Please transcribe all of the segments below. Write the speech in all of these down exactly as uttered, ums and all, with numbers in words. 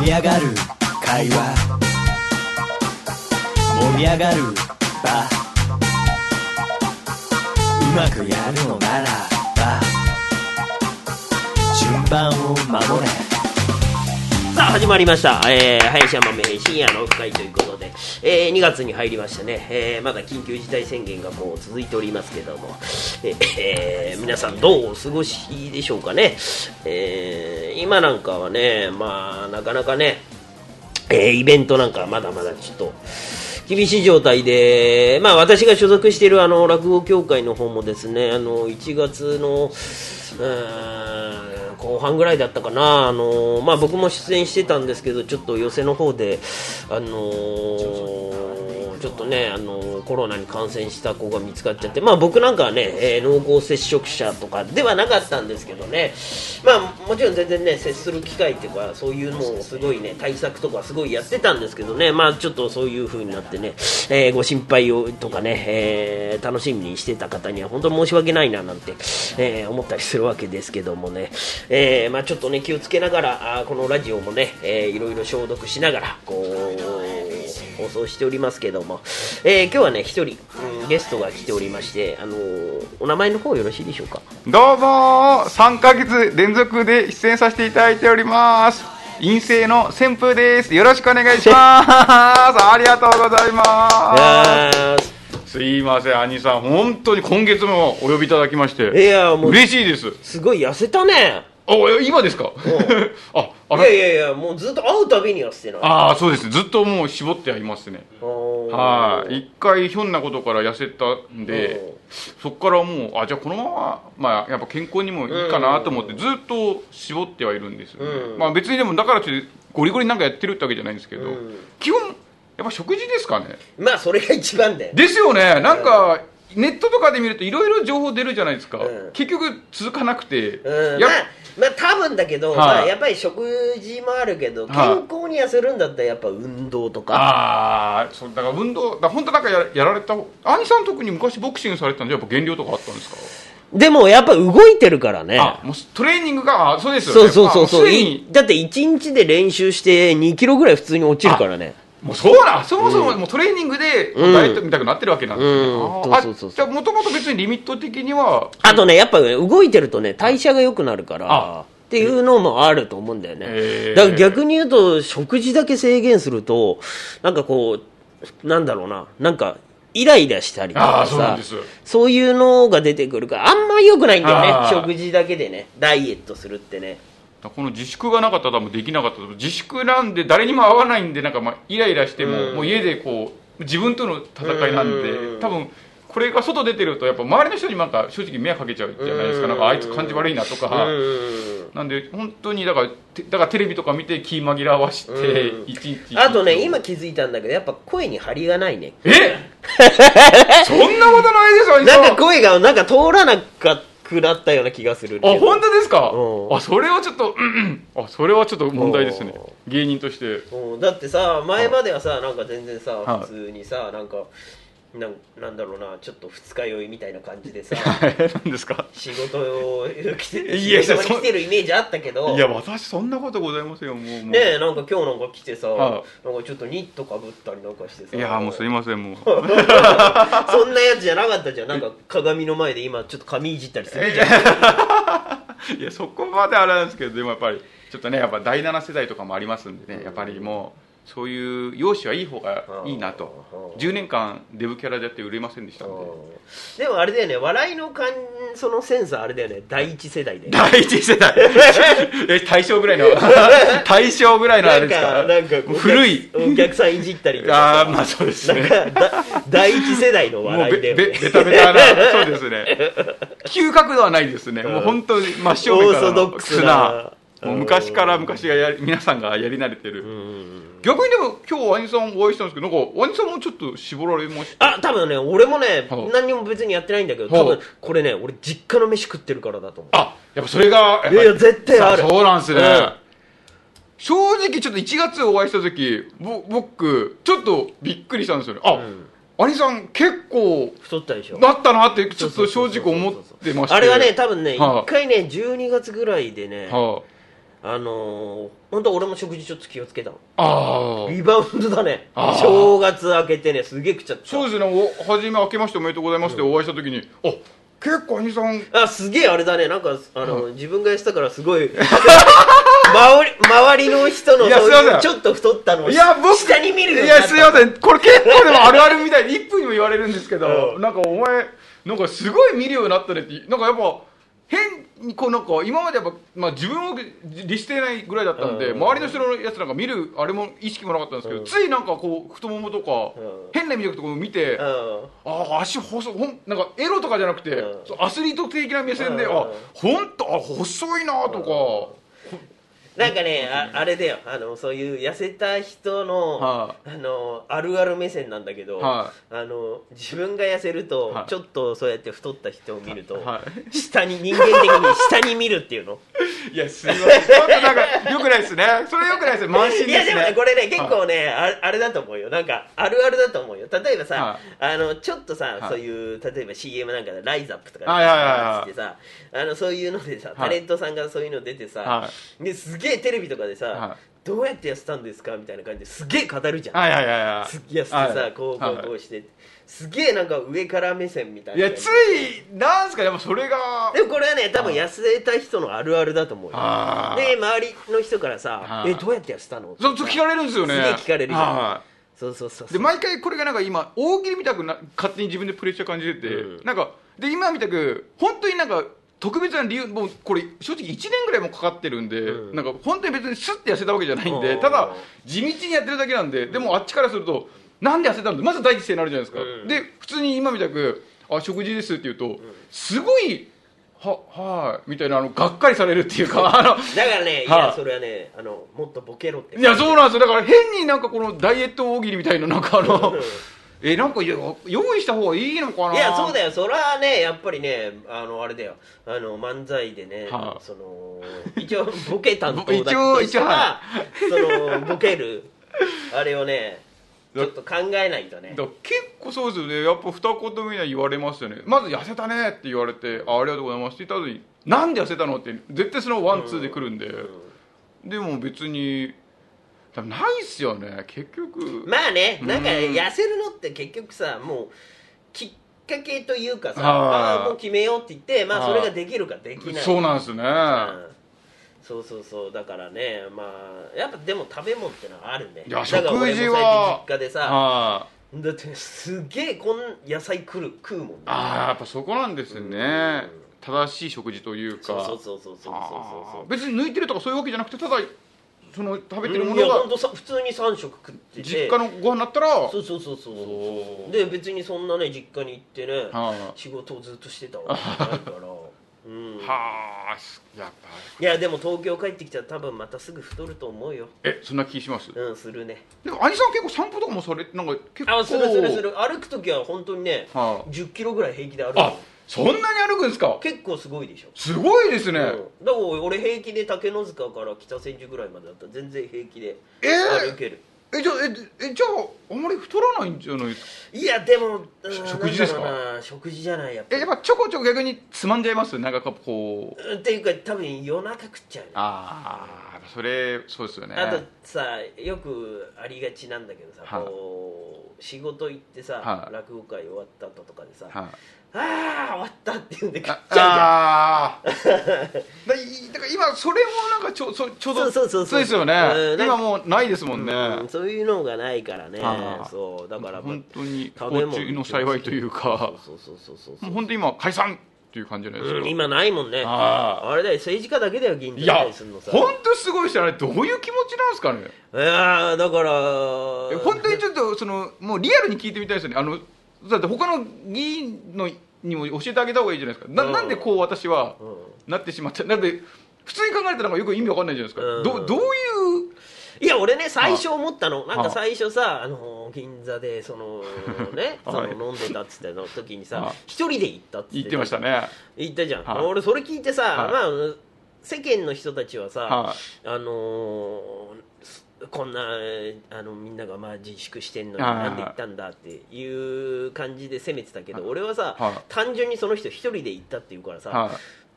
盛り上がる会話盛り上がる場うまくやるのならば順番を守れ。 さあ始まりました、えー、林山名深夜の深いということで、えー、にがつに入りましてね、えー、まだ緊急事態宣言がもう続いておりますけども、えーえー、皆さんどうお過ごしでしょうかね。えー、今なんかはね、まあなかなかね、えー、イベントなんかまだまだちょっと厳しい状態で、まあ私が所属しているあの落語協会の方もですね、あのいちがつのうーん後半ぐらいだったかな、あのまあ僕も出演してたんですけど、ちょっと寄席の方であのー、ちょっとねあのー、コロナに感染した子が見つかっちゃって、まあ僕なんかはね、えー、濃厚接触者とかではなかったんですけどね、まあもちろん全然ね接する機会っていうかそういうのをすごいね対策とかすごいやってたんですけどね、まあちょっとそういう風になってね、えー、ご心配をとかね、えー、楽しみにしてた方には本当に申し訳ないななんて、えー、思ったりするわけですけどもね、えー、まあちょっとね気をつけながらあこのラジオもね、えー、いろいろ消毒しながらこう放送しておりますけども、えー、今日はね一人、うん、ゲストが来ておりまして、あのー、お名前の方よろしいでしょうか。 どうもさんかげつ連続で出演させていただいております、陰性の旋風です。よろしくお願いしますありがとうございます。すいません兄さん、本当に今月もお呼びいただきましていやもう嬉しいです。 すごい痩せたね。 あ、今ですかああいやいやいや、もうずっと会うたびにはしてない。 ああそうです、ずっともう絞ってありますね。はい一回ひょんなことから痩せたんで、そこからもうあじゃあこのまま、まあ、やっぱ健康にもいいかなと思ってずっと絞ってはいるんですよね、うんまあ、別にでもだからといってゴリゴリなんかやってるってわけじゃないんですけど、うん、基本やっぱ食事ですかね。 まあそれが一番でですよね。なんか、うん、ネットとかで見るといろいろ情報出るじゃないですか、うん、結局続かなくて、 うん、やまあまあ多分だけど、はいまあ、やっぱり食事もあるけど、健康に痩せるんだったらやっぱ運動とか、 ああそうだから運動だ本当なんか や, やられた兄さん特に昔ボクシングされてたんでやっぱ減量とかあったんですか。 でもやっぱ動いてるからね。 あもうトレーニングがそうですよね。 そうそうそうそう、だっていちにちで練習してにキロぐらい普通に落ちるからね。 もうそうだ、そもそも、うん、もうトレーニングでダイエットみたいになってるわけなんですね、うん、あそうそうそうそう。じゃあもともと別にリミット的にはあとねやっぱ動いてるとね代謝が良くなるからっていうのもあると思うんだよね。だから逆に言うと食事だけ制限するとなんかこうなんだろうな、なんかイライラしたりとかさ、そういうのが出てくるからあんま良くないんだよね、食事だけでねダイエットするってね。 この自粛がなかったら多分できなかった。自粛なんで誰にも会わないんでなんかまあイライラしても、うん、もう家でこう自分との戦いなんで、うん、多分これが外出てるとやっぱ周りの人になんか正直迷惑かけちゃうじゃないですか。なんかあいつ感じ悪いなとか、なんで本当にだからだからテレビとか見て気紛らわして一日。 あとね今気づいたんだけどやっぱ声に張りがないね。 えそんなことないですよ。 なんか声がなんか通らなかったくなったような気がする。 あ本当ですか。あそれはちょっと、うんうん、あそれはちょっと問題ですね芸人として。 だってさ前まではさなんか全然さ普通にさなんかな ん, なんだろうなちょっと二日酔いみたいな感じでさ何ですか仕事を来てる仕事に来てるイメージあったけど、 いや私そんなことございませんよ。もうもうねえなんか今日なんか来てさ、はあ、なんかちょっとニットかぶったりなんかしてさ、 いやもうすいませんもうそんなやつじゃなかったじゃん。なんか鏡の前で今ちょっと髪いじったりするじゃんいやそこまであれなんですけど、でもやっぱりちょっとねやっぱだいなな世代とかもありますんでね、やっぱりもうそういう容姿はいい方がいいなと。じゅうねんかんデブキャラでやって売れませんでしたんで。 でもあれだよね、笑いのかんそのセンスあれだよね、だいいち世代でだいいち世代え大正ぐらいの大正ぐらいのあれですか。 なんか古いお客さんいじったりとか。 あまあそうですね。 なんかだだいいち世代の笑いでベベタベタなそうですね急角度はないですね。もう本当に真正面からの素なもう昔から昔がやり皆さんがやり慣れてる。逆にでも今日ワニさんお会いしたんですけど、なんかワニさんもちょっと絞られました。 あ多分ね俺もね、はあ、何にも別にやってないんだけど、多分これね俺実家の飯食ってるからだと思う。 あやっぱそれがやっぱいや絶対ある。 そうなんですね、うん、正直ちょっといちがつお会いした時僕ちょっかびっくりしたんですよね。あ、うんワニさん結構太ったでしょ。 だったなってちょっと正直思ってました。 あれはね多分ね一、はあ、回ねじゅうにがつぐらいでね、はああのー、本当俺も食事ちょっと気をつけたの。 ああリバウンドだね。 あー正月明けてね、すげえ食っちゃった。 そうですね、おはじめ明けましておめでとうございますってお会いした時に、あ結構兄さんあ、すげえあれだね、なんかあの、うん、自分がやってたからすごい周り周りの人のそういうちょっと太ったのを下に見るようになった。 いやすいません、これ結構でもあるあるみたいにいっぷんにも言われるんですけど、うん、なんかお前なんかすごい見るようになったねって、なんかやっぱ変にこうなんか今までやっぱ、まあ、自分を律してないぐらいだったんで、うん、周りの人のやつなんか見るあれも意識もなかったんですけど、うん、ついなんかこう太ももとか、うん、変な魅力とかを見て、うん、ああ足細い、ほんなんかエロとかじゃなくて、うん、アスリート的な目線で、うん、あ本当あ細いなとか。 なんかね、あ, あれだよ、あのそういう痩せた人の、はあ、あのあるある目線なんだけど、はあ、あの自分が痩せると、はあ、ちょっとそうやって太った人を見ると、はあ、下に人間的に下に見るっていうの。 いやすいません、ちょっとなんかよくないですね、それよくないです、慢心ですね。いやでもね、これね結構ね、はあ、あれだと思うよ、なんかあるあるだと思うよ。例えばさ、はあ、あのちょっとさ、はあ、そういう例えば シーエム なんかでライザップとかでさ、あのそういうのでさ、タレントさんがそういうの出てさ、はあ、ですげえテレビとかでさ、はい、どうやって痩せたんですかみたいな感じですげえ語るじゃん。 はいはいはいはい。 すっげえ痩せてさ、はい、こうこうこうして、はい、すげえなんか上から目線みたいな。 いやついなんすか、でもそれが。 でもこれはね多分痩せた人のあるあるだと思うよ。で周りの人からさ、えどうやって痩せたの？ そう聞かれるんですよね。 すげえ聞かれるじゃん。そうそうそうそう。 で毎回これがなんか今大喜利みたくな勝手に自分でプレッシャー感じてて、うん、なんかで今みたく本当になんか。特別な理由、もうこれ正直いちねんぐらいもかかってるんで、うん、なんか本当に別にスッて痩せたわけじゃないんで、ただ地道にやってるだけなんで、でもあっちからするとなんで痩せたんだ、まず第一声になるじゃないですか、うん、で普通に今みたくあ食事ですって言うと、うん、すごいははいみたいなあのがっかりされるっていうかあのだからね、いやそれはねあのもっとボケろって。 いやそうなんですよ、だから変になんかこのダイエット大喜利みたいななんかあのえなんか用意した方がいいのかな。 いやそうだよ、それはねやっぱりねあのあれだよ、あの漫才でね、はあ、その一応ボケ担当だとしたらそのボケるあれをねちょっと考えないとね。 だ結構そうですよね、やっぱ二言目には言われますよね。まず痩せたねって言われて あ, ありがとうございますって言った後になんで痩せたのって絶対そのワンツーで来るんで、うんうん、でも別に多分ないっすよね結局。 まあね、なんか痩せるのって結局さもうきっかけというかさ、まあ、もう決めようって言ってまあそれができるかできない。 そうなんですね、うん、 そうそうそう、だからねまあやっぱでも食べ物ってのはあるね。 いや食事はだから俺も最近実家でさだってすげえこん野菜食う食うもんね。 ああやっぱそこなんですよね、うん、正しい食事というか。 そうそうそうそうそうそう別に抜いてるとかそういうわけじゃなくてただその食べてるものが、うん、いや本当さ普通にさん食食ってて実家のご飯だったらそうそうそうそうで別にそんなね実家に行ってね、はあ、仕事をずっとしてたわけじゃないから、うん、 はあやっぱいやでも東京帰ってきたら多分またすぐ太ると思うよ。 えそんな気します？ うんするね。 でも兄さん結構散歩とかもされなんか結構あするするする歩く時は本当にね、はあ、じゅっキロぐらい平気で歩く。 あそんなに歩くんですか？ 結構すごいでしょ。 すごいですね、うん、 だから俺平気で竹の塚から北千住ぐらいまでだったら全然平気で歩ける。 えー、えじゃあええじゃああんまり太らないんじゃないですか？ いやでも食事ですか？ 食事じゃないやっぱり。 えやっぱちょこちょこ逆につまんじゃいます？なんかこうっていうか多分夜中食っちゃう、ね、 ああそれそうですよね。 あとさよくありがちなんだけどさ、はあ、こう仕事行ってさ、はあ、落語会終わった後とかでさ、はああー終わったって言うんで食っちゃうじゃん。ああだから今それもなんかちょそちょうどそうそうそうそうですよね、うん、今もうないですもんね、 うん、そういうのがないからね。そうだから、まあ、 本当に不幸中の幸いというかそうそうそうそうそうもう本当に今解散っていう感じじゃないですか、 うん、今ないもんね。 あ, あれだよ政治家だけだよ銀座にするのさ。 いや本当すごいですよね。どういう気持ちなんですかね。 いやだから本当にちょっとそのもうリアルに聞いてみたいですよね。あのだって他の議員のにも教えてあげた方がいいじゃないですか。 な, なんでこう私はなってしまった。なんで普通に考えたらよく意味わかんないじゃないですか、うん、ど, どういういや俺ね最初思ったのなんか最初さあの銀座でそのねその飲んでたっつっての時にさ一人で行ったっつって言ってましたね。 言ったじゃん、はあ、俺それ聞いてさ、はあ、まあ世間の人たちはさ、はあ、あのーこんなあのみんながまあ自粛してんのになんで行ったんだっていう感じで責めてたけど、俺はさ、はあ、単純にその人一人で行ったっていうからさ、はあ、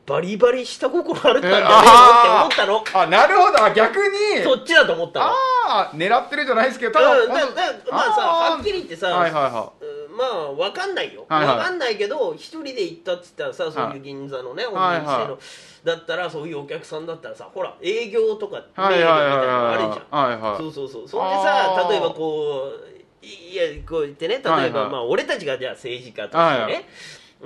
バリバリ下心あるんじゃねえのって思ったの。 あ、なるほど。逆にそっちだと思ったの。 ああ、狙ってるじゃないですけど、ただ、 うん、だだまあさ、はっきり言ってさ、 はいはいはまあ分かんないよ、 はいはい、 分かんないけど一人で行ったっつったらさ、そういう銀座のね、 はい、 お店の、 はいはい、 だったらそういうお客さんだったらさ、ほら営業とかメーはいルみたいなのはあるじゃん、 いはい、 そうそうそう、それでさ、例えばこういやこう言ってね、例えば、 はいはい、 まあ俺たちがじゃあ政治家としてね、はいはい、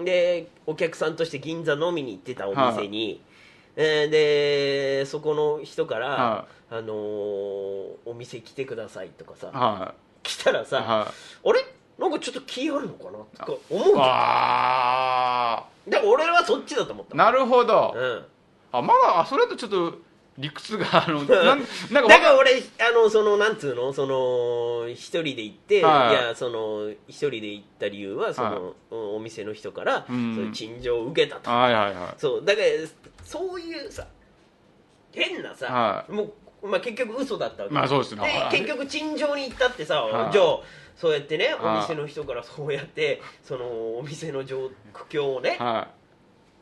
でお客さんとして銀座飲みに行ってたお店に、はい、えー、でそこの人から、はい、あのー、お店来てくださいとかさ、はい、来たらさ、はい、あれなんかちょっと気あるのかなとか思うじゃん。あだから俺はそっちだと思った。 なるほど、 うん、 あまだそれだとちょっと理屈があのなんなんかだから俺あのそのなんつうのその一人で行って、はい、いやその一人で行った理由はその、はい、お店の人から、うん、そういう陳情を受けたと、はいはいはい、そうだからそういうさ変なさ、はい、もう、まあ、結局嘘だったわけ、 まあそうですね、 で結局陳情に行ったってさ、はい、じゃあそうやってね、お店の人からそうやってそのお店の状況をね、はい、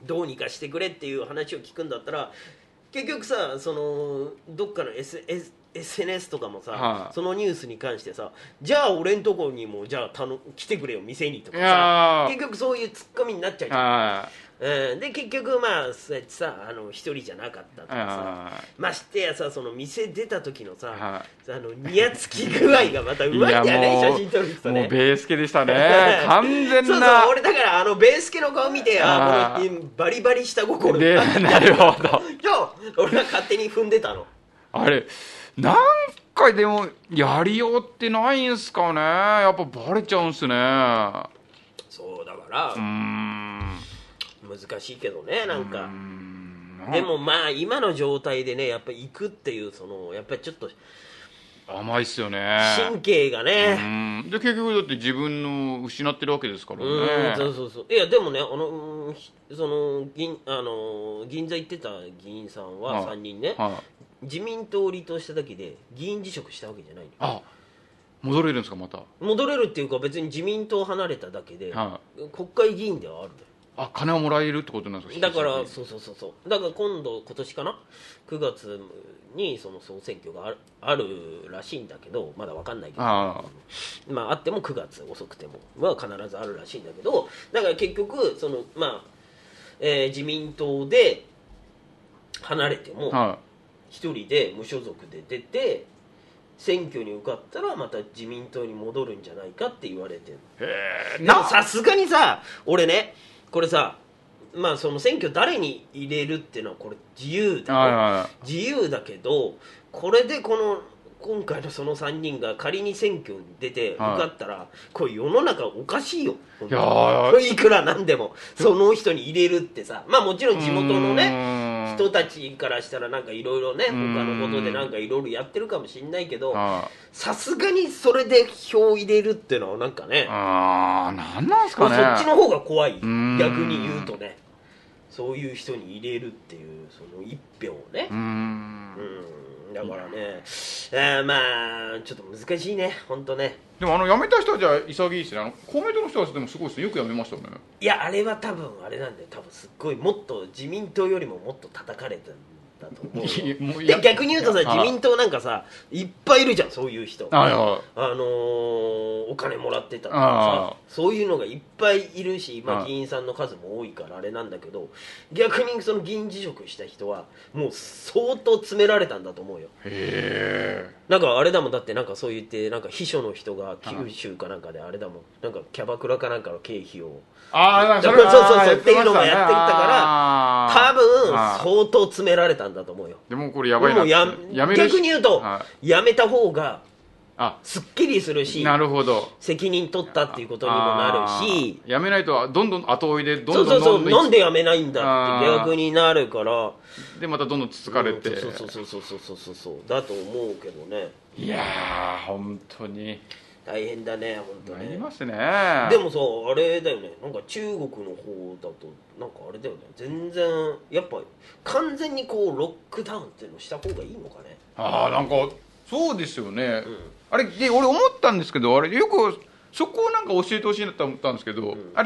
どうにかしてくれっていう話を聞くんだったら、結局さ、そのどっかの エスエヌエス とかもさ、はい、そのニュースに関してさ、じゃあ俺んとこにもじゃあ頼来てくれよ店にとかさ、結局そういうツッコミになっちゃうじゃん。うん、で結局まあそうやってさ、あの一人じゃなかったとかさ、ましてやさ、その店出た時のさ、あのニヤつき具合がまたうまいんだよね、写真撮る人ね。 もうベースケでしたね完全な。 そうそう、俺だからあのベースケの顔見て、ああこのバリバリ下心でなるほどじゃあ俺が勝手に踏んでたの。 あれなんかでもやりようってないんすかね、やっぱバレちゃうんすね。 そうだからうーん難しいけどね、なんかんでもまあ今の状態でね、やっぱ行くっていうそのやっぱりちょっと甘いっすよね、 神経がね。 うんで結局だって自分の失ってるわけですからね。 うんそうそうそう。いやでもね、あのその 銀, あの銀座行ってた議員さんはさんにんね、はあはあ、自民党を離党しただけで議員辞職したわけじゃないの。 あ戻れるんですか。また戻れるっていうか、別に自民党を離れただけで、はあ、国会議員ではあるんだよ。 あ、金をもらえるってことなんですか。 だからそうそうそうそうだから今度今年かなくがつにその総選挙があ る, あるらしいんだけど、まだわかんないけど、あまああってもくがつ遅くてもは必ずあるらしいんだけど、だから結局そのまあ、えー、自民党で離れても一人で無所属で出て選挙に受かったらまた自民党に戻るんじゃないかって言われてる。へー、でもさすがにさ俺ねこれさ、まあその選挙誰に入れるっていうのはこれ自由だ、はいはいはい、自由だけど、これでこの今回のそのさんにんが仮に選挙に出て受かったら、はい、これ世の中おかしいよ。いやいくらなんでもその人に入れるってさ、まあもちろん地元のね人たちからしたらなんかいろいろね他のことでなんかいろいろやってるかもしれないけど、さすがにそれで票入れるっていうのはなんかね、 あーなんなんすかね、 そっちの方が怖い。逆に言うとね、そういう人に入れるっていうその一票をね、うーんうんだからね、えー、まあちょっと難しいね本当ね。 でもあの辞めた人はじゃあ潔いですね。あの公明党の人はでもすごいですね、よく辞めましたね。 いやあれは多分あれなんだよ、多分すっごいもっと自民党よりももっと叩かれたんだと思う。で逆に言うとさ、自民党なんかさいっぱいいるじゃんそういう人、あ、あのー、お金もらってたとかさ、そういうのがいっぱいいるし、まあ、議員さんの数も多いからあれなんだけど、逆にその議員辞職した人はもう相当詰められたんだと思うよ。へえ。なんかあれだもん、だってなんかそう言ってなんか秘書の人が九州かなんかであれだもん、なんかキャバクラかなんかの経費をああそうそうそうっていうのもやってきたから多分相当詰められたんだと思うよ。 でもこれやばいな、 や逆に言うとやめた方がすっきりするし、 なるほど、 責任取ったっていうことにもなるし、 やめないとどんどん後追いでどんどんどんどん、 そうそうそう、なんでやめないんだって逆になるから、 でまたどんどんつつかれて、 そうそうそうそうそうそうそうだと思うけどね。 いやー本当に大変だね本当ね。 なりますね。 でもさあれだよね、なんか中国の方だとなんかあれだよね、全然やっぱ完全にこうロックダウンっていうのした方がいいのかね。 ああなんかそうですよね、うん、あれで俺思ったんですけど、あれよくそこをなんか教えてほしいなと思ったんですけど、うん、あれ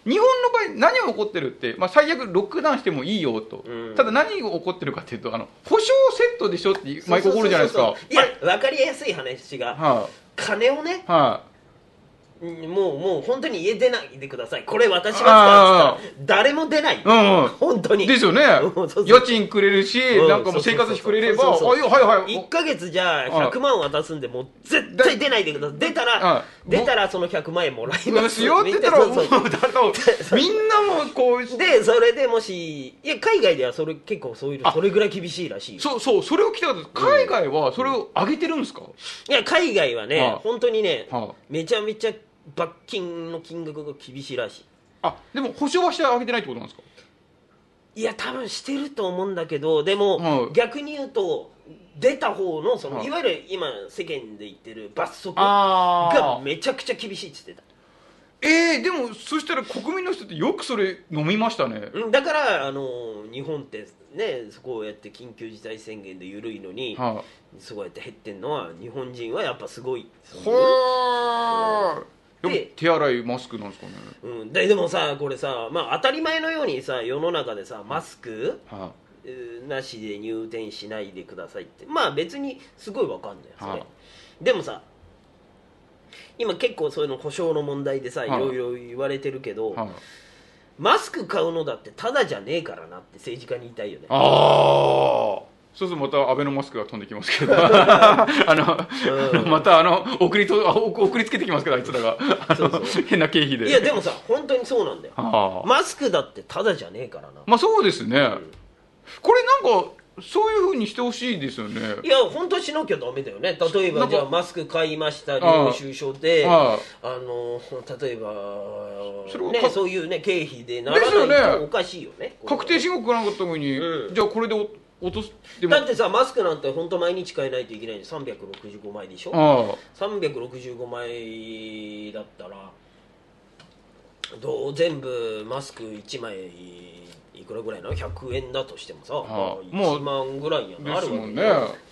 日本の場合何が起こってるって、まあ、最悪ロックダウンしてもいいよと、うん、ただ何が起こってるかっていうとあの保証セットでしょって毎回起こるじゃないですか。 いや分かりやすい話が、はあ、金をね、はあもうもう本当に家出ないでくださいこれ渡しますからって言ったら誰も出ない、うんうん、本当にですよね家賃くれるし、うん、なんかもう生活費くれればはいはいいっかげつじゃあひゃくまん渡すんでもう絶対出ないでください出たら出たらそのひゃくまんえんもらいますよって言ったらもうみんなもこうでそれでもしいや海外ではそれ結構そういうのそれぐらい厳しいらしいそうそうそれを聞きたかった海外はそれを上げてるんですか、うん、 いや海外はね、はあ、本当にね、はあ、めちゃめちゃ罰金の金額が厳しいらしい。 あでも保証はしてあげてないってことなんですか。 いや多分してると思うんだけどでも、はい、逆に言うと出た方のその、はい、いわゆる今世間で言ってる罰則がめちゃくちゃ厳しいって言ってた。 えー、でもそしたら国民の人ってよくそれ飲みましたね。 だからあの日本ってねそこをやって緊急事態宣言で緩いのに、はあ、そうやって減ってんのは日本人はやっぱすごい。 はあで手洗いマスクなんですかね、 うん、で, でもさこれさ、まあ、当たり前のようにさ世の中でさマスク、はあ、なしで入店しないでくださいってまあ別にすごいわかんないよそれ、はあ、でもさ今結構そういうの保証の問題でさ、はあ、いろいろ言われてるけど、はあ、マスク買うのだってタダじゃねえからなって政治家に言いたいよね。 ああそうするとまたアベノマスクが飛んできますけどあの、うん、またあの送りと送りつけてきますけどあいつらがそうそう変な経費でいやでもさ本当にそうなんだよ、はあ、マスクだってタダじゃねえからな。 まあそうですね、うん、これなんかそういう風にしてほしいですよね。 いや本当しなきゃダメだよね。例えばじゃあマスク買いました領収書で あ, あの例えばそ, ね、そういうね経費でならないとおかしいよね。 確定申告がなかったのに、うん、じゃあこれで落とすでもだってさマスクなんて本当毎日買えないといけないんでさんびゃくろくじゅうごまいでしょ。ああさんびゃくろくじゅうごまいだったらどう全部マスクいちまいいくらぐらいなのひゃくえんだとしてもさ、はあ、まあ、いちまんぐらいにはなるわけですもんね。だから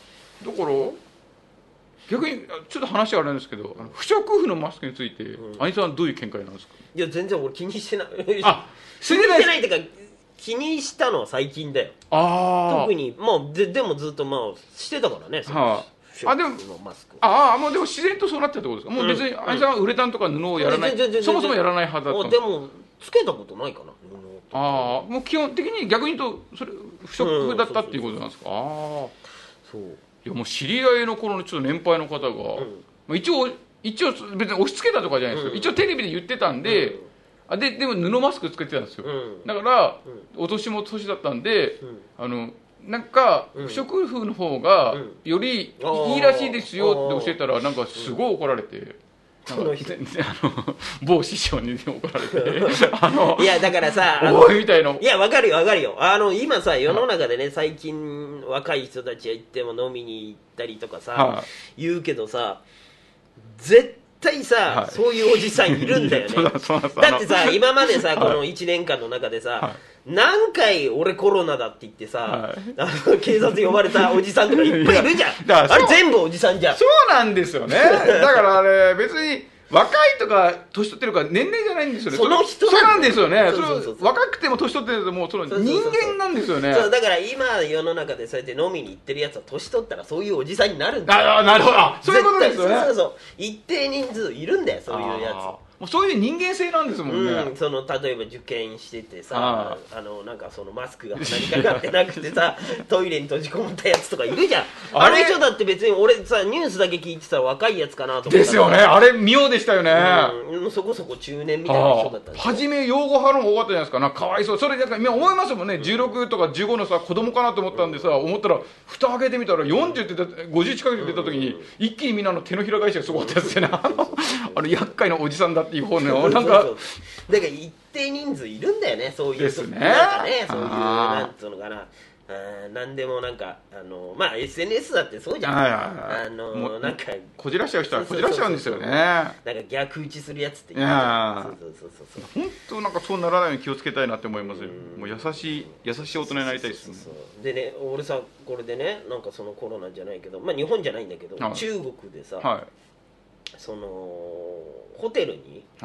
逆にちょっと話はあれなんですけど不織布のマスクについて、うん、兄さんはどういう見解なんですか。 いや全然俺気にしてないあ気にしてないっていうか気にしたのは最近だよ。あ特にまあ で, でもずっとまあしてたからねその、はあ、あでもマスクああもうでも自然とそうなってるってことですか。もう別に兄、うん、さんはウレタンとか布をやらない、うん、そもそもやらない派だった。 でもつけたことないかな布とか。 ああもう基本的に逆に言うとそれ不織布だったっていうことなんですか。ああそういやもう知り合いの頃のちょっと年配の方が、うんまあ、一応一応別に押し付けたとかじゃないですよ、うん、一応テレビで言ってたんで、うんあ で, でも布マスクつけてたんですよ、うん、だから、うん、お年も年だったんで、うん、あのなんか不織布の方がよりいいらしいですよって教えたらなんかすごい怒られて、なんかあの某師匠に怒られてあのいやだからさあのみたいないや分かるよ分かるよあの今さ世の中でね最近若い人たちが行っても飲みに行ったりとかさ、はあ、言うけどさ絶対絶対さ、はい、そういうおじさんいるんだよねだってさ今までさこのいちねんかんの中でさ、はい、何回俺コロナだって言ってさ、はい、あの警察呼ばれたおじさんとかいっぱいいるじゃんあれ全部おじさんじゃん。 そうなんですよねだからあれ別に若いとか年取ってるか年齢じゃないんですよね。 その人そうなんですよね。若くても年取ってるともうその人間なんですよね。 そうだから今世の中でそうやって飲みに行ってるやつは年取ったらそういうおじさんになるんだよ。 ああなるほどそういうことですよね。 そうそうそう一定人数いるんだよそういうやつ。 もうそういう人間性なんですもんね、 うん、その例えば受験しててさ あ, あのなんかそのマスクが鼻にかかってなくてさトイレに閉じこもったやつとかいるじゃん。あ, あの人だって別に俺さニュースだけ聞いてたら若いやつかなと思ったですよね。あれ妙でしたよね、 うん、そこそこ中年みたいな人だったんですよ。 初め養護派の方が多かったじゃないですか。なんかかわいそうそれなんか思いますもんね。じゅうろくとかじゅうごのさ子供かなと思ったんでさ、うん、思ったら蓋開けてみたらよんじゅうって出たごじゅう近くで出た時に、うん、一気にみんなの手のひら返しがすごかったやつでねあの厄介なおじさんだっていう方のなんかそうそうだから一定人数いるんだよねそういうですね。 なんかねそういうなんつうのかなあなんでもなんかあのまあ エスエヌエス だってそうじゃん。はいはいはい、あのなんかこじらしちゃう人はこじらしちゃうんですよね。 なんか逆打ちするやつっていやそうそうそうそうそう本当なんかそうならないように気をつけたいなって思いますよ。もう優しい優しい大人になりたいですね。そうそうそうでね俺さこれでねなんかそのコロナじゃないけどまあ日本じゃないんだけど、はい、中国でさ、はい、そのホテルに、はい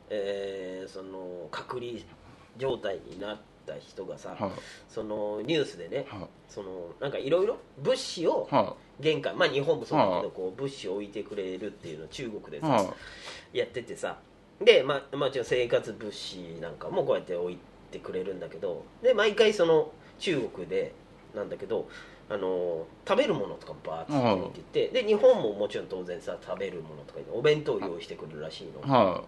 えー、その隔離状態になった人がさ、 はい、 そのニュースでね、 はい、 そのなんかいろいろ物資を玄関、まあ日本もそうだけど、はい、こう物資を置いてくれるっていうのを中国でさ、はい、やっててさ、でまあもちろん生活物資なんかもこうやって置いてくれるんだけど、で毎回その中国でなんだけど、あの食べるものとかバーッと置いてて、で日本ももちろん当然さ食べるものとかお弁当を用意してくるらしいの、はい、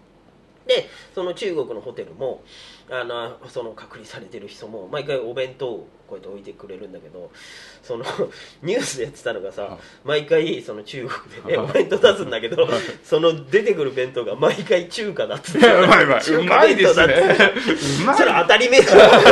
でその中国のホテルもあのその隔離されてる人も毎回お弁当をこうやって置いてくれるんだけど、そのニュースでやってたのがさ、毎回その中国でねお弁当出すんだけど、その出てくる弁当が毎回中華だっつって、 うまいうまい、うまいですね、うまい、 それ当たり前だ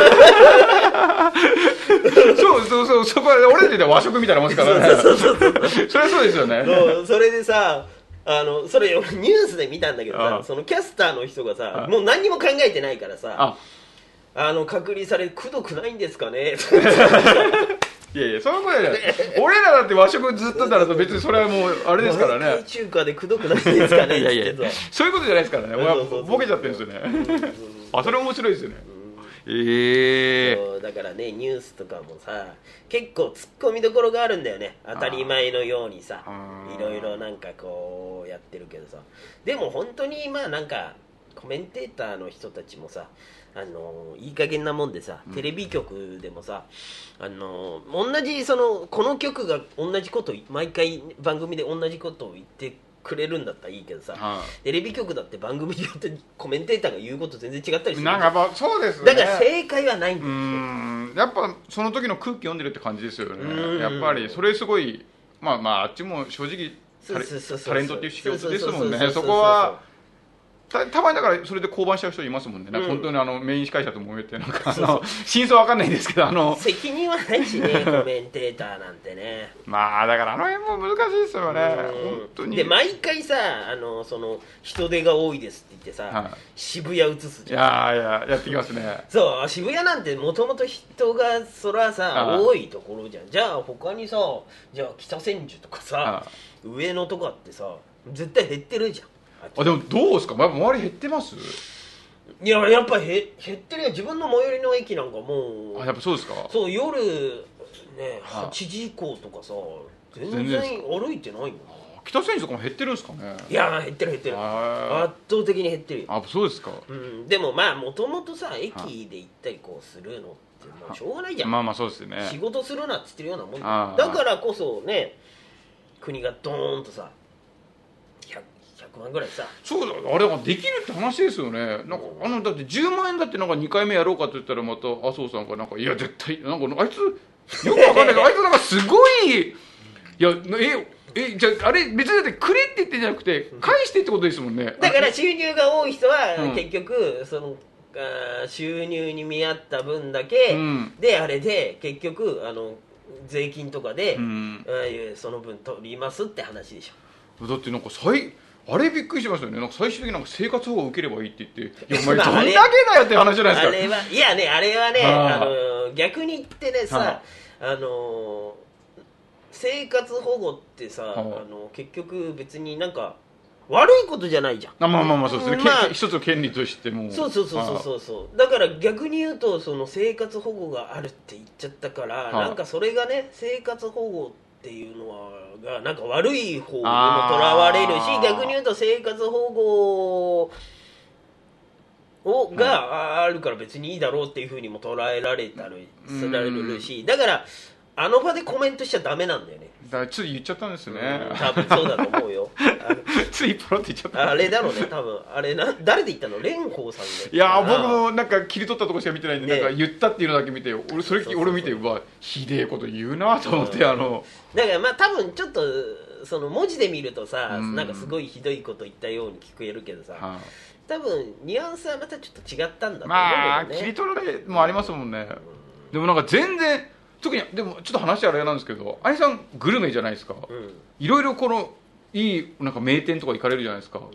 そうそうそう、そこは俺たちで和食みたいなもんですからね。そうそうそうそうそれはそうですよね。 そう、それでさ、あのそれニュースで見たんだけどさ、そのキャスターの人がさ、もう何にも考えてないからさ、ああの隔離されくどくないんですかねいやいや、そういうことじゃない俺らだって和食ずっとだらと別にそれはもうあれですからね、 毎回中華でくどくないんですかねいやいやそういうことじゃないですからね、ボケちゃってるんですよねあ、それ面白いですよね。えー、だからねニュースとかもさ結構ツッコミどころがあるんだよね、当たり前のようにさいろいろなんかこうやってるけどさ、でも本当にまあなんかコメンテーターの人たちもさ、あのいい加減なもんでさ、テレビ局でもさ、あの同じそのこの局が同じこと毎回番組で同じことを言ってくれるんだったらいいけどさ、はあ、テレビ局だって番組によってコメンテーターが言うこと全然違ったりする、 なんかやっぱそうですね、 だから正解はないんだよ。 うーん、やっぱその時の空気読んでるって感じですよね。やっぱりそれすごい、まあまああっちも正直タレントっていう仕事ですもんね。そこはた, たまにだからそれで降板しちゃう人いますもんね、なんか本当にあのメイン司会者と揉めて、なんかあの真相わかんないんですけど、あの責任はないしねコメンテーターなんてねまあだからあの辺も難しいですよね、本当に。 で毎回さ、あのその人手が多いですって言ってさ、はい、渋谷映すじゃん。いやいややってきますね。 そう、渋谷なんてもともと人がそらさ多いところじゃん。じゃあ他にさ、じゃあ北千住とかさ上野とかってさ絶対減ってるじゃん。 あ、でもどうですか、周り減ってます？ いややっぱり減ってるよ。自分の最寄りの駅なんかもう、 あ、やっぱそうですか。そう、 夜ねはちじ以降とかさ全然歩いてないもん。 北千住とかも減ってるんですかね。 いや減ってる減ってる、圧倒的に減ってるよ。 あ、そうですか。 うん、でもまあもともとさ駅で行ったりこうするのってもうしょうがないじゃん。 まあまあそうですよね。 仕事するなって言ってるようなもんだ。だからこそね国がドーンとさひゃくまんぐらいさ、 そうだ、あれができるって話ですよね。なんかあのだってじゅうまんえんだってなんかにかいめやろうかって言ったらまた麻生さんがなんかいや絶対なんかあいつよくわかんないけどあいつなんかすごいいやええじゃああれ別にだってくれって言ってんじゃなくて返してってことですもんね。 だから収入が多い人は結局その、あ収入に見合った分だけ、うん、であれで結局あの税金とかで、うん、その分取りますって話でしょ。だってなんか最あれびっくりしましたよね。なんか最終的になんか生活保護を受ければいいって言っていやお前どんだけだよって話じゃないですか。 あれはいやねあれはねあの逆に言ってねさあの生活保護ってさあの結局別になんか悪いことじゃないじゃん。 あまあまあまあそうですね、まあ、一つの権利としてもそうそうそうそうそうだから逆に言うとその生活保護があるって言っちゃったからなんかそれがね生活保護っていうのはがなんか悪い方にもとらわれるし、逆に言うと生活保護をがあるから別にいいだろうっていうふうにも捉えられたりすられるし、だからあの場でコメントしちゃダメなんだよね。 だからつい言っちゃったんですよね。 多分そうだと思うよ。 ついポロって言っちゃった。 あれだろうね、多分あれな誰で言ったの？蓮舫さんで。 いや僕もなんか切り取ったとこしか見てないんで、ね、なんか言ったっていうのだけ見て、俺それ俺見てうわひでえこと言うなと思って、うん、あの。 だからまあ多分ちょっとその文字で見るとさ、うん、なんかすごいひどいこと言ったように聞こえるけどさ。はあ、多分ニュアンスはまたちょっと違ったんだと思うけどね。 まあ切り取られもありますもんね。うん、でもなんか全然。特にでもちょっと話あれなんですけど、あいさんグルメじゃないですか、うん、いろいろこのいいなんか名店とか行かれるじゃないですか、うん、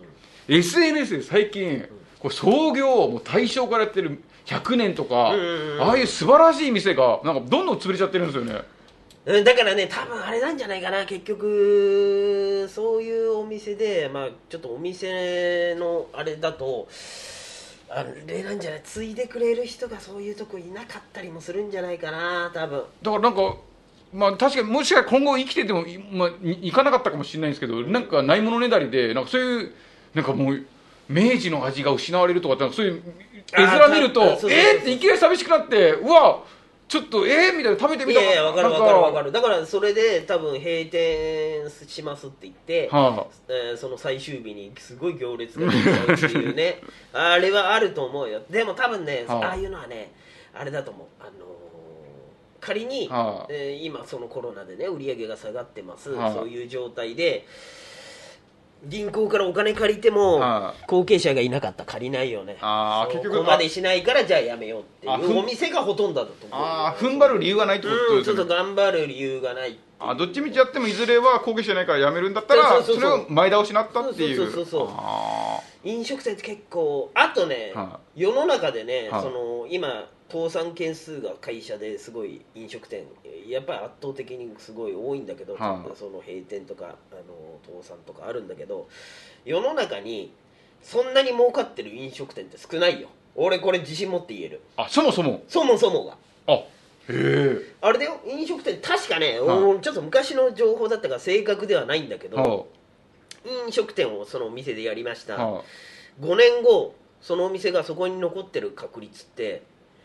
エスエヌエス で最近、うん、こう創業もう大正からやってるひゃくねんとか、うんうんうん、ああいう素晴らしい店がなんかどんどん潰れちゃってるんですよね。 うん、だからね多分あれなんじゃないかな、結局そういうお店でまあちょっとお店のあれだとあれなんじゃない、継いでくれる人がそういうとこいなかったりもするんじゃないかな多分。 だからなんかまあ確かにもしかしたら今後生きてても、まあ、いかなかったかもしれないんですけど、なんかないものねだりでなんかそういうなんかもう明治の味が失われるとかってそういう絵面見るとえーっていきなり寂しくなって、うわちょっとえーみたいな食べてみたかった。 いやいや分かる分かる分かる。だからそれで多分閉店しますって言って、はあえー、その最終日にすごい行列ができちゃうっていうねあれはあると思うよ。でも多分ね、はあ、ああいうのはねあれだと思う。あのー、仮に、はあえー、今そのコロナでね売り上げが下がってます、はあ、そういう状態で銀行からお金借りても後継者がいなかったら借りないよね。あ結局そこまでしないからじゃあやめようっていうお店がほとんどだと思う。 あ踏ん張る理由がないってことですね。 うん、ちょっと頑張る理由がない。 あどっちみちやってもいずれは後継者いないからやめるんだったらそれを前倒しになったっていう。 そうそうそうそう。飲食店って結構あとね、はあ、世の中でね、はあ、その今倒産件数が会社ですごい飲食店やっぱり圧倒的にすごい多いんだけど、はあ、その閉店とかあの倒産とかあるんだけど、世の中にそんなに儲かってる飲食店って少ないよ。俺これ自信持って言える。 あそもそもそもそもがあへえあれだよ。飲食店確かね、はあ、ちょっと昔の情報だったから正確ではないんだけど、はあ、飲食店をそのお店でやりました、はあ、ごねんごそのお店がそこに残ってる確率って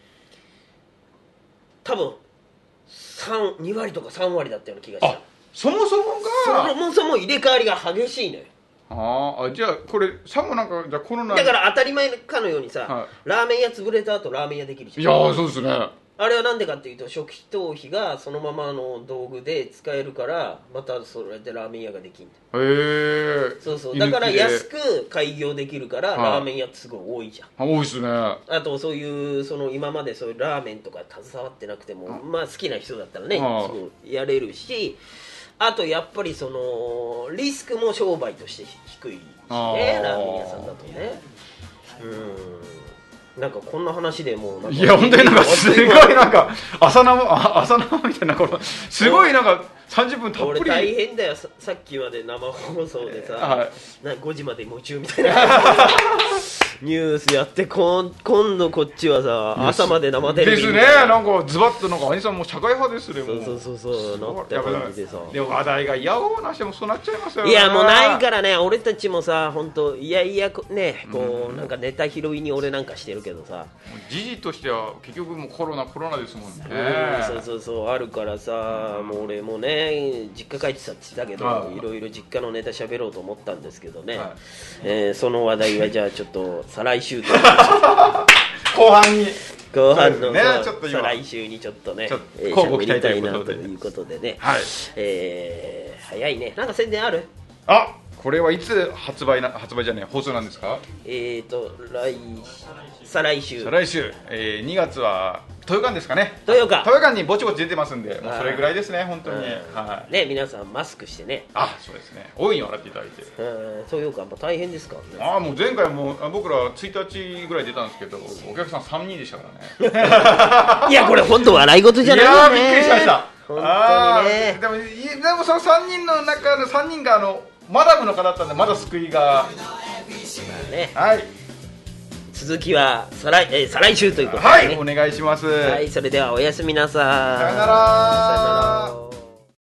多分に割とかさん割だったような気がした。あそもそもがそもそも入れ替わりが激しいのよ。 ああじゃあこれさもなんかじゃコロナだから当たり前かのようにさ、はい、ラーメン屋潰れた後ラーメン屋できるじゃん。 いやそうですね。 あれはなんでかっていうと初期投資がそのままの道具で使えるからまたそれでラーメン屋ができるんだよ。 へえそうそうだから安く開業できるからラーメン屋ってすごい多いじゃん。 多いですね。あとそういうその今までそういうラーメンとか携わってなくてもまあ好きな人だったらねすごいやれるし、あとやっぱりそのリスクも商売として低いしねラーメン屋さんだとね。うんなんかこんな話でもうなんかいや本当になんかすごいなんか朝生朝生みたいなこのすごいなんかさんじゅっぷんたっぷり。 俺大変だよ さ, さっきまで生放送でさ、はい、なごじまで夢中みたいなニュースやってこん今度こっちはさ朝まで生テレビですね。なんかズバッとなんか兄さんも社会派ですね。 そうそうそうそうなって感じでさでも話題がいやおうなしてもそうなっちゃいますよね。 いやもうないからね俺たちもさ本当いやいやねこう、うん、なんかネタ拾いに俺なんかしてるけどさ時事としては結局もうコロナコロナですもんね。 そうそうそうあるからさ、うん、もう俺もね実家帰ってたって言ったけど、はい、いろいろ実家のネタ喋ろうと思ったんですけどね、はいえー、その話題はじゃあちょっと再来週と後半に後半の、ね、再来週にちょっとね交互期待というなことで、 ということでね、 はいえー、早いね。なんか宣伝ある？ あこれはいつ発売な発売じゃない放送なんですか？ えーと来再来週再来週、えー、にがつは豊館ですかね。 豊館豊館にぼちぼち出てますんでもうそれぐらいですね本当に、 はい、ね皆さんマスクしてね。 あそうですね大いに笑っていただいて。 豊館も大変ですか？ あもう前回も僕らついたちぐらい出たんですけどお客さんさんにんでしたからねいやこれ本当笑い事じゃないよね。 いやびっくりしました本当にね。 でもでもそのさんにんの中のさんにんがあのマダムの方だったんでまだ救いが、 ね、 はい続きは再来、えー、再来週ということで、ね、 はいお願いします。 はいそれではおやすみなさい。 さよなら。 さよなら。